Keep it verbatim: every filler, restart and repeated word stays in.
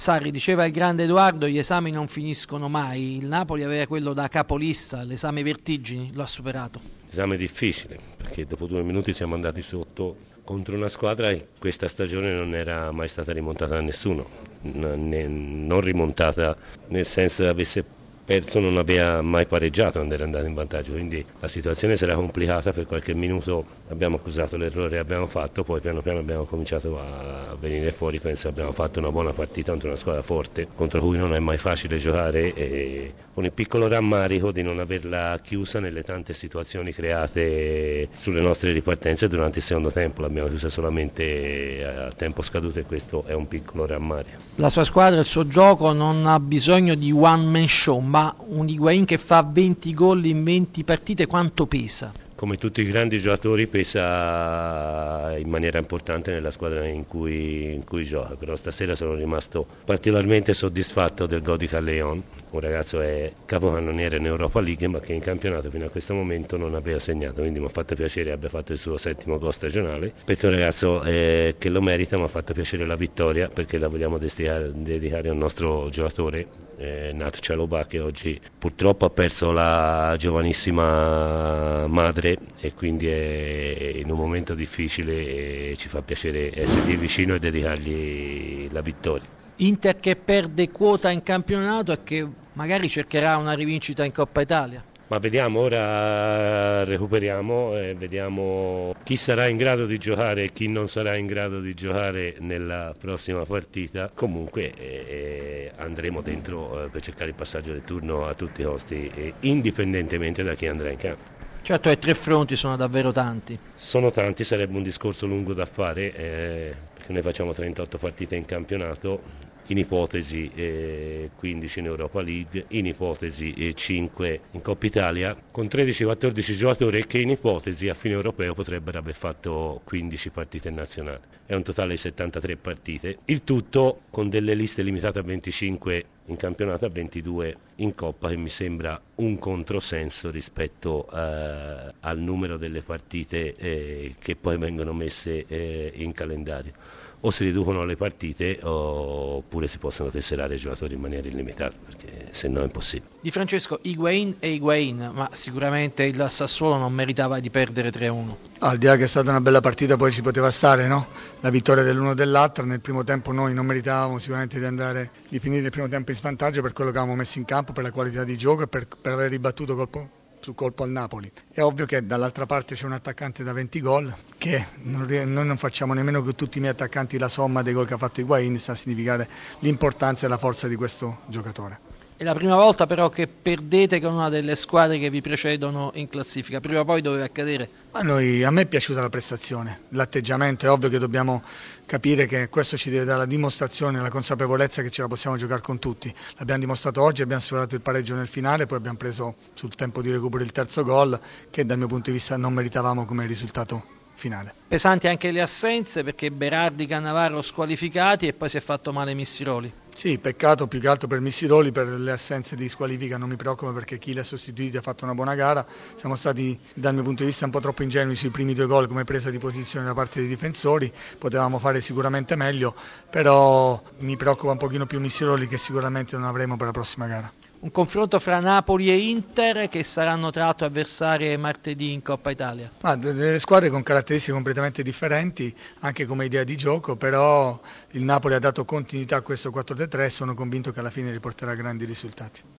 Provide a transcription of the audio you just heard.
Sarri, diceva il grande Edoardo, gli esami non finiscono mai. Il Napoli aveva quello da capolista, l'esame Vertigini, lo ha superato. Esame difficile, perché dopo due minuti siamo andati sotto contro una squadra che questa stagione non era mai stata rimontata da nessuno, non rimontata nel senso che avesse perso, non aveva mai pareggiato quando era andato in vantaggio, quindi la situazione si era complicata. Per qualche minuto abbiamo accusato l'errore che abbiamo fatto, poi piano piano abbiamo cominciato a venire fuori. Penso che abbiamo fatto una buona partita contro una squadra forte, contro cui non è mai facile giocare, e con il piccolo rammarico di non averla chiusa nelle tante situazioni create sulle nostre ripartenze durante il secondo tempo. L'abbiamo chiusa solamente a tempo scaduto e questo è un piccolo rammarico. La sua squadra, il suo gioco non ha bisogno di one man show, ma un Higuaín che fa venti gol in venti partite quanto pesa? Come tutti i grandi giocatori pesa in maniera importante nella squadra in cui, in cui gioca, però stasera sono rimasto particolarmente soddisfatto del gol di Callejon, un ragazzo che è capocannoniere in Europa League ma che in campionato fino a questo momento non aveva segnato, quindi mi ha fatto piacere abbia fatto il suo settimo gol stagionale, perché è un ragazzo eh, che lo merita. Mi ha fatto piacere la vittoria, perché la vogliamo dedicare, dedicare a un nostro giocatore, eh, Nat Chalobah, che oggi purtroppo ha perso la giovanissima madre e quindi è in un momento difficile e ci fa piacere essergli vicino e dedicargli la vittoria. Inter che perde quota in campionato e che magari cercherà una rivincita in Coppa Italia. Ma vediamo, ora recuperiamo e vediamo chi sarà in grado di giocare e chi non sarà in grado di giocare nella prossima partita. Comunque eh, andremo dentro eh, per cercare il passaggio del turno a tutti i costi, eh, indipendentemente da chi andrà in campo. Certo, i tre fronti sono davvero tanti. Sono tanti, sarebbe un discorso lungo da fare, eh, perché noi facciamo trentotto partite in campionato, in ipotesi eh, quindici in Europa League, in ipotesi eh, cinque in Coppa Italia, con tredici quattordici giocatori che in ipotesi a fine europeo potrebbero aver fatto quindici partite nazionali. È un totale di settantatré partite, il tutto con delle liste limitate a venticinque in campionato, a ventidue in Coppa, che mi sembra un controsenso rispetto eh, al numero delle partite eh, che poi vengono messe eh, in calendario. O si riducono le partite oppure si possono tesserare i giocatori in maniera illimitata, perché se no è impossibile. Di Francesco, Higuaín e Higuaín, ma sicuramente il Sassuolo non meritava di perdere tre a uno. Al di là che è stata una bella partita, poi ci poteva stare, no? La vittoria dell'uno o dell'altro. Nel primo tempo noi non meritavamo sicuramente di andare di finire il primo tempo in svantaggio per quello che avevamo messo in campo, per la qualità di gioco e per, per aver ribattuto colpo su colpo al Napoli. È ovvio che dall'altra parte c'è un attaccante da venti gol, che non, noi non facciamo nemmeno con tutti i miei attaccanti la somma dei gol che ha fatto Higuaín, sta a significare l'importanza e la forza di questo giocatore. È la prima volta però che perdete con una delle squadre che vi precedono in classifica, prima o poi doveva accadere. Ma noi, a me è piaciuta la prestazione, l'atteggiamento. È ovvio che dobbiamo capire che questo ci deve dare la dimostrazione, la consapevolezza che ce la possiamo giocare con tutti. L'abbiamo dimostrato oggi, abbiamo superato il pareggio nel finale, poi abbiamo preso sul tempo di recupero il terzo gol, che dal mio punto di vista non meritavamo come risultato finale. Pesanti anche le assenze, perché Berardi, Cannavaro squalificati e poi si è fatto male Missiroli. Sì, peccato più che altro per Missiroli, per le assenze di squalifica non mi preoccupa, perché chi li ha sostituiti ha fatto una buona gara. Siamo stati dal mio punto di vista un po' troppo ingenui sui primi due gol come presa di posizione da parte dei difensori, potevamo fare sicuramente meglio, però mi preoccupa un pochino più Missiroli, che sicuramente non avremo per la prossima gara. Un confronto fra Napoli e Inter, che saranno tra l'altro avversarie martedì in Coppa Italia. Ah, delle squadre con caratteristiche completamente differenti, anche come idea di gioco, però il Napoli ha dato continuità a questo quattro tre tre e sono convinto che alla fine riporterà grandi risultati.